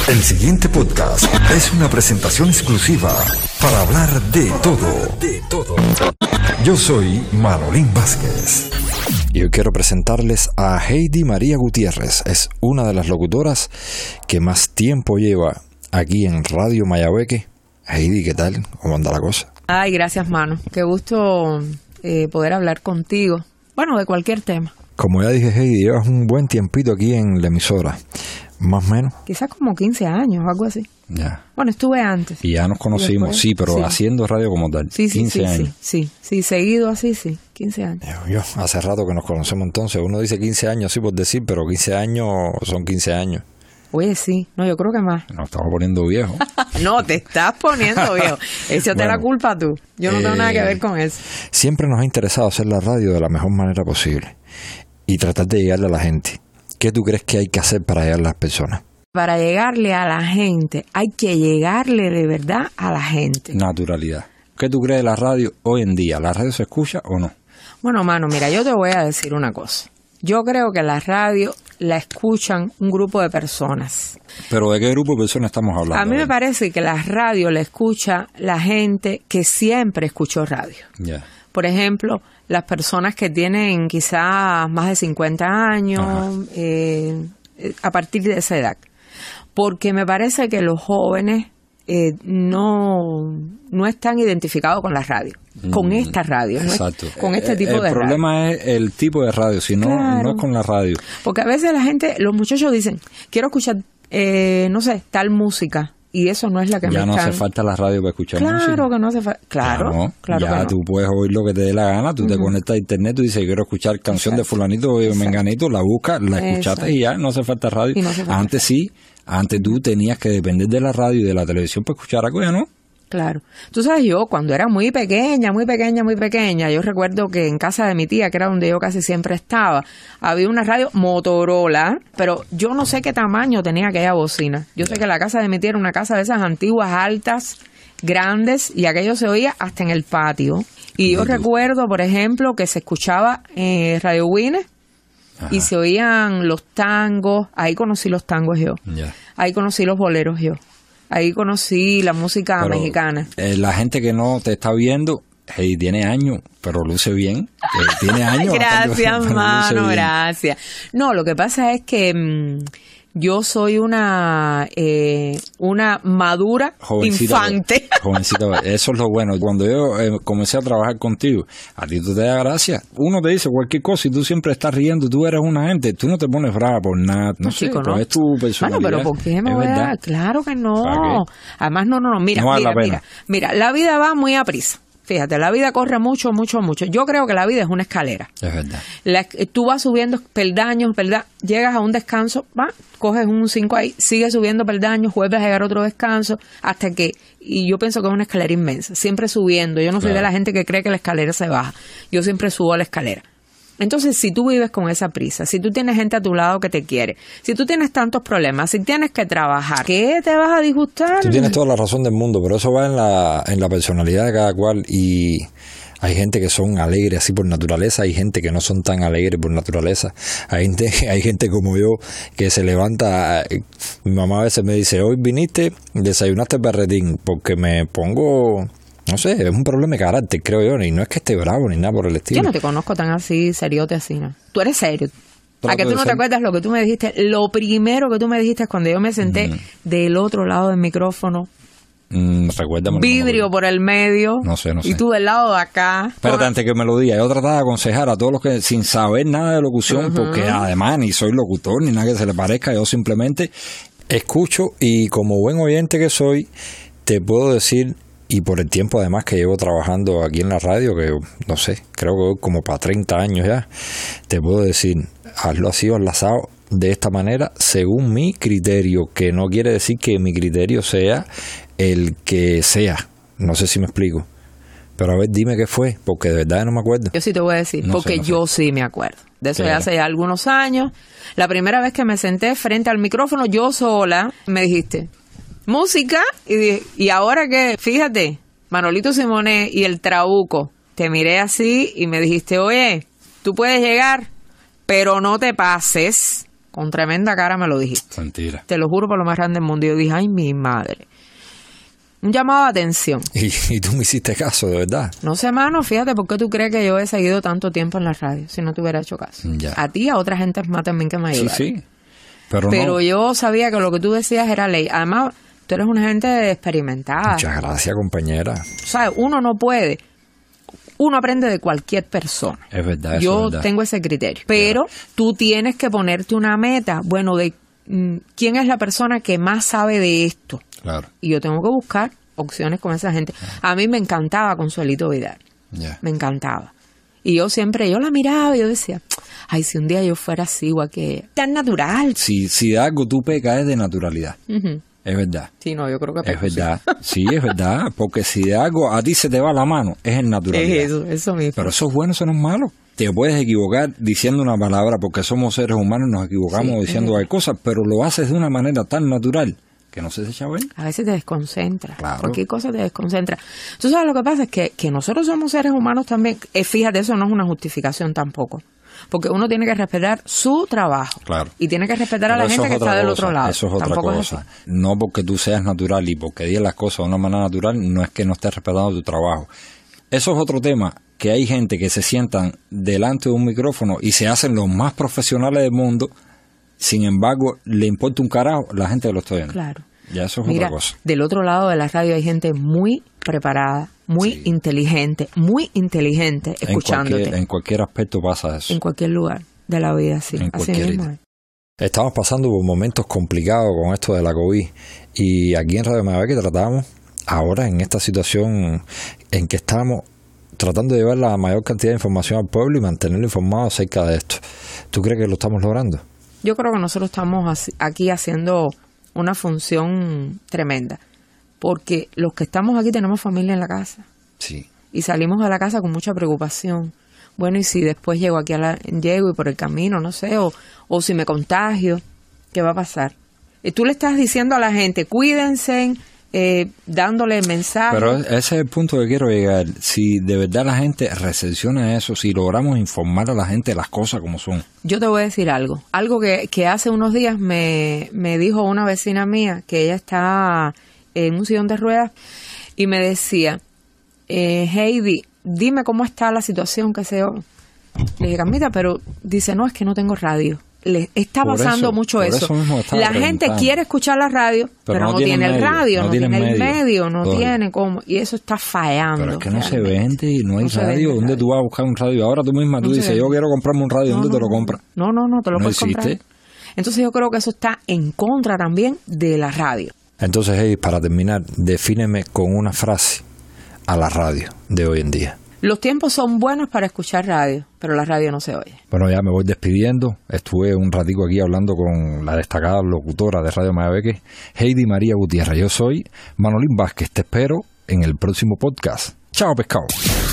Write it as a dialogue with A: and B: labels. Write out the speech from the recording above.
A: El siguiente podcast es una presentación exclusiva para hablar de todo. Yo soy Manolín Vázquez. Y hoy quiero presentarles a Heidi María Gutiérrez. Es una de las locutoras que más tiempo lleva aquí en Radio Mayabeque. Heidi, ¿qué tal? ¿Cómo anda la cosa?
B: Ay, gracias, mano. Qué gusto poder hablar contigo. Bueno, de cualquier tema.
A: Como ya dije, Heidi, llevas un buen tiempito aquí en la emisora. Más o menos.
B: Quizás como 15 años, algo así.
A: Ya.
B: Bueno, estuve antes.
A: Y ya nos conocimos,
B: después,
A: sí, pero haciendo radio como tal.
B: Sí,
A: 15 años.
B: Sí, seguido así, sí, 15 años.
A: Yo, hace rato que nos conocemos entonces. Uno dice 15 años, sí, por decir, pero 15 años son 15 años.
B: Oye, sí. No, yo creo que más.
A: Nos estamos poniendo viejos.
B: No, te estás poniendo viejo. Eso te la culpa tú. Yo no tengo nada que ver con eso.
A: Siempre nos ha interesado hacer la radio de la mejor manera posible y tratar de llegarle a la gente. ¿Qué tú crees que hay que hacer para llegar a las personas?
B: Para llegarle a la gente, hay que llegarle de verdad a la gente.
A: Naturalidad. ¿Qué tú crees de la radio hoy en día? ¿La radio se escucha o no?
B: Bueno, mano, mira, yo te voy a decir una cosa. Yo creo que la radio la escuchan un grupo de personas.
A: ¿Pero de qué grupo de personas estamos hablando?
B: A mí me parece que la radio la escucha la gente que siempre escuchó radio.
A: Ya.
B: Por ejemplo, las personas que tienen quizás más de 50 años, a partir de esa edad. Porque me parece que los jóvenes no están identificados con la radio, con esta radio,
A: exacto.
B: Con este tipo de radio.
A: El problema es el tipo de radio, si no,
B: claro.
A: No es con la radio.
B: Porque a veces los muchachos dicen, quiero escuchar, no sé, tal música. Y eso no es la que
A: ya
B: me
A: no
B: están...
A: hace falta la radio para escuchar música.
B: Claro que no hace falta. Claro
A: ya
B: que no.
A: Tú puedes oír lo que te dé la gana, tú te conectas a internet, tú dices, quiero escuchar canción de fulanito o de menganito, la buscas, la escuchaste y ya, no hace falta radio.
B: No hace falta.
A: Antes sí, antes tú tenías que depender de la radio y de la televisión para escuchar algo, ya no.
B: Claro. Tú sabes, yo cuando era muy pequeña, yo recuerdo que en casa de mi tía, que era donde yo casi siempre estaba, había una radio Motorola, pero yo no sé qué tamaño tenía aquella bocina. Yo sé que la casa de mi tía era una casa de esas antiguas, altas, grandes, y aquello se oía hasta en el patio. Y yo recuerdo, por ejemplo, que se escuchaba Radio Winner y se oían los tangos. Ahí conocí los tangos yo. Ahí conocí los boleros yo. Ahí conocí la música mexicana.
A: La gente que no te está viendo, tiene años, pero luce bien. Tiene años.
B: Gracias, mano, gracias. No, lo que pasa es que yo soy una madura jovencita, infante.
A: Jovencita, eso es lo bueno. Cuando yo comencé a trabajar contigo, a ti tú te da gracia. Uno te dice cualquier cosa y tú siempre estás riendo. Tú eres una gente, tú no te pones brava por nada. No sé,
B: chico, no.
A: Es tu personalidad.
B: Bueno, pero ¿por qué me voy a...? Claro que no. Además, no. Mira, la vida va muy a prisa. Fíjate, la vida corre mucho. Yo creo que la vida es una escalera.
A: Es verdad.
B: Tú vas subiendo peldaños, ¿verdad? Llegas a un descanso, coges un 5 ahí, sigues subiendo peldaños, vuelves a llegar a otro descanso, hasta que... Y yo pienso que es una escalera inmensa, siempre subiendo. Yo no soy de la gente que cree que la escalera se baja. Yo siempre subo a la escalera. Entonces, si tú vives con esa prisa, si tú tienes gente a tu lado que te quiere, si tú tienes tantos problemas, si tienes que trabajar, ¿qué te vas a disgustar?
A: Tú tienes toda la razón del mundo, pero eso va en la personalidad de cada cual y hay gente que son alegres así por naturaleza, hay gente que no son tan alegres por naturaleza, hay gente como yo que se levanta, mi mamá a veces me dice, hoy viniste, desayunaste berretín, porque me pongo... No sé, es un problema de carácter, creo yo, y no es que esté bravo ni nada por el estilo.
B: Yo no te conozco tan así, seriote así, ¿no? Tú eres serio. ¿A que tú no te acuerdas lo que tú me dijiste? Lo primero que tú me dijiste es cuando yo me senté del otro lado del micrófono.
A: Recuérdame.
B: Vidrio por el medio.
A: No sé.
B: Y tú del lado de acá.
A: Espérate, antes que me lo diga, yo trataba de aconsejar a todos los que, sin saber nada de locución, porque además ni soy locutor, ni nada que se le parezca, yo simplemente escucho y como buen oyente que soy, te puedo decir... Y por el tiempo además que llevo trabajando aquí en la radio, que no sé, creo que como para 30 años ya, te puedo decir, hazlo así o enlazado de esta manera según mi criterio, que no quiere decir que mi criterio sea el que sea, no sé si me explico. Pero a ver, dime qué fue, porque de verdad no me acuerdo.
B: Yo sí te voy a decir, porque yo sí me acuerdo. De eso ya hace algunos años. La primera vez que me senté frente al micrófono, yo sola, me dijiste... música, y ahora que, fíjate, Manolito Simonet y el Trabuco, te miré así y me dijiste, oye, tú puedes llegar, pero no te pases, con tremenda cara me lo dijiste.
A: Mentira.
B: Te lo juro por lo más grande del mundo. Yo dije, ay, mi madre. Un llamado de atención.
A: Y tú me hiciste caso, de verdad.
B: No sé, mano, fíjate, ¿por qué tú crees que yo he seguido tanto tiempo en la radio si no te hubiera hecho caso?
A: Ya.
B: A ti y a otra gente más también que me ayudaron.
A: Sí. Pero no.
B: Yo sabía que lo que tú decías era ley. Además, tú eres una gente experimentada.
A: Muchas gracias, compañera.
B: ¿Sabes? Uno no puede. Uno aprende de cualquier persona.
A: Es verdad,
B: Yo
A: es verdad.
B: tengo ese criterio. Pero tú tienes que ponerte una meta. Bueno, de quién es la persona que más sabe de esto.
A: Claro.
B: Y yo tengo que buscar opciones con esa gente. A mí me encantaba Consuelito Vidal.
A: Ya.
B: Me encantaba. Y yo la miraba y yo decía, ay, si un día yo fuera así, igual que ella. Tan natural.
A: Si de algo tú pecas es de naturalidad.
B: Ujú.
A: Es verdad.
B: Sí, no, yo creo que
A: Es verdad. Sí, es verdad. Porque si de algo a ti se te va la mano, es en naturalidad.
B: Es eso mismo.
A: Pero eso es bueno, eso no es malo. Te puedes equivocar diciendo una palabra porque somos seres humanos, nos equivocamos diciendo hay cosas, pero lo haces de una manera tan natural que no se echa bien.
B: A veces te desconcentra.
A: Claro.
B: Cualquier cosa te desconcentra. Tú sabes, lo que pasa es que nosotros somos seres humanos también. Fíjate, eso no es una justificación tampoco. Porque uno tiene que respetar su trabajo.
A: Claro.
B: Y tiene que respetar a la gente que está del otro lado.
A: Eso es otra
B: Tampoco es
A: cosa.
B: así.
A: No porque tú seas natural y porque digas las cosas de una manera natural, no es que no estés respetando tu trabajo. Eso es otro tema, que hay gente que se sientan delante de un micrófono y se hacen los más profesionales del mundo, sin embargo, le importa un carajo la gente que lo está viendo.
B: Claro.
A: Ya eso es
B: Mira,
A: otra cosa.
B: del otro lado de la radio hay gente muy preparada, muy inteligente escuchándote.
A: En cualquier aspecto pasa eso.
B: En cualquier lugar de la vida, sí.
A: En
B: Así
A: cualquier
B: mismo
A: área.
B: es.
A: Estamos pasando por momentos complicados con esto de la COVID y aquí en Radio Mayagüez que tratamos ahora en esta situación en que estamos tratando de llevar la mayor cantidad de información al pueblo y mantenerlo informado acerca de esto. ¿Tú crees que lo estamos logrando?
B: Yo creo que nosotros estamos aquí haciendo una función tremenda, porque los que estamos aquí tenemos familia en la casa.
A: Sí.
B: Y salimos de la casa con mucha preocupación. Bueno, y si después llego aquí llego y por el camino, no sé, o si me contagio, ¿qué va a pasar? Y tú le estás diciendo a la gente, cuídense, dándole mensajes.
A: Pero ese es el punto que quiero llegar. Si de verdad la gente recepciona eso, si logramos informar a la gente de las cosas como son.
B: Yo te voy a decir algo que hace unos días me dijo una vecina mía, que ella está en un sillón de ruedas, y me decía, Heidi, dime cómo está la situación, qué sé yo. Le dije, Carmita, pero dice, no, es que no tengo radio. Le está pasando mucho eso. La gente quiere escuchar la radio, pero no tiene el radio, no tiene el medio, no tiene cómo. Y eso está fallando.
A: Pero es que no se vende y no hay radio. ¿Dónde tú vas a buscar un radio? Ahora tú misma tú dices, yo quiero comprarme un radio. ¿Dónde te lo compras?
B: No, te lo puedes comprar. Entonces yo creo que eso está en contra también de la radio.
A: Entonces, Heidi, para terminar, defíneme con una frase a la radio de hoy en día.
B: Los tiempos son buenos para escuchar radio, pero la radio no se oye.
A: Bueno, ya me voy despidiendo. Estuve un ratico aquí hablando con la destacada locutora de Radio Mayagüez, Heidi María Gutiérrez. Yo soy Manolín Vázquez. Te espero en el próximo podcast. Chao, pescado.